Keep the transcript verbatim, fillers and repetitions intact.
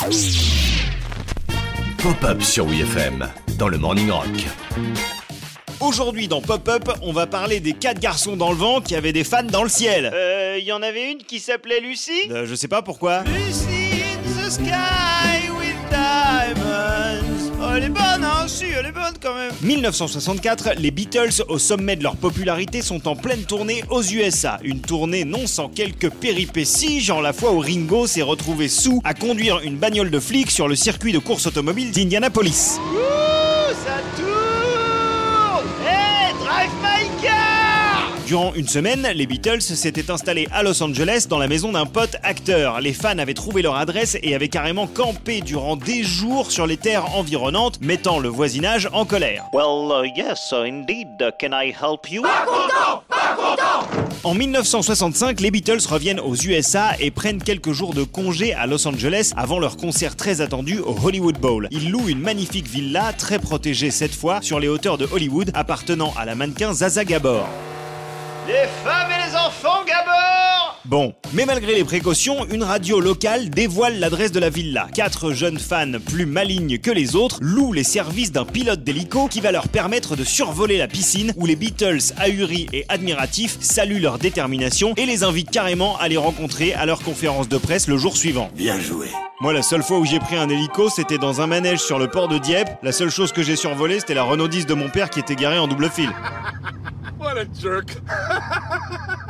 Pop-up sur W F M, dans le Morning Rock. Aujourd'hui dans Pop-up, on va parler des quatre garçons dans le vent qui avaient des fans dans le ciel. Euh, il y en avait une qui s'appelait Lucie euh, Je sais pas pourquoi. Lucy in the sky with diamonds. Oh, elle est bonne, hein, si, elle est bonne quand même. dix-neuf cent soixante-quatre, les Beatles, au sommet de leur popularité, sont en pleine tournée aux U S A. Une tournée non sans quelques péripéties, genre la fois où Ringo s'est retrouvé sous à conduire une bagnole de flic sur le circuit de course automobile d'Indianapolis. Ouh, ça tourne! Hey, drive my car! Durant une semaine, les Beatles s'étaient installés à Los Angeles dans la maison d'un pote acteur. Les fans avaient trouvé leur adresse et avaient carrément campé durant des jours sur les terres environnantes, mettant le voisinage en colère. Well, uh, yes, uh, indeed. Uh, can I help you? Pas content! Pas content! En dix-neuf cent soixante-cinq, les Beatles reviennent aux U S A et prennent quelques jours de congé à Los Angeles avant leur concert très attendu au Hollywood Bowl. Ils louent une magnifique villa, très protégée cette fois, sur les hauteurs de Hollywood, appartenant à la mannequin Zaza Gabor. Les femmes et les enfants, Gabor! Bon, mais malgré les précautions, une radio locale dévoile l'adresse de la villa. Quatre jeunes fans plus malignes que les autres louent les services d'un pilote d'hélico qui va leur permettre de survoler la piscine où les Beatles, ahuris et admiratifs, saluent leur détermination et les invitent carrément à les rencontrer à leur conférence de presse le jour suivant. Bien joué. Moi, la seule fois où j'ai pris un hélico, c'était dans un manège sur le port de Dieppe. La seule chose que j'ai survolée, c'était la Renault dix de mon père qui était garée en double fil. What a jerk!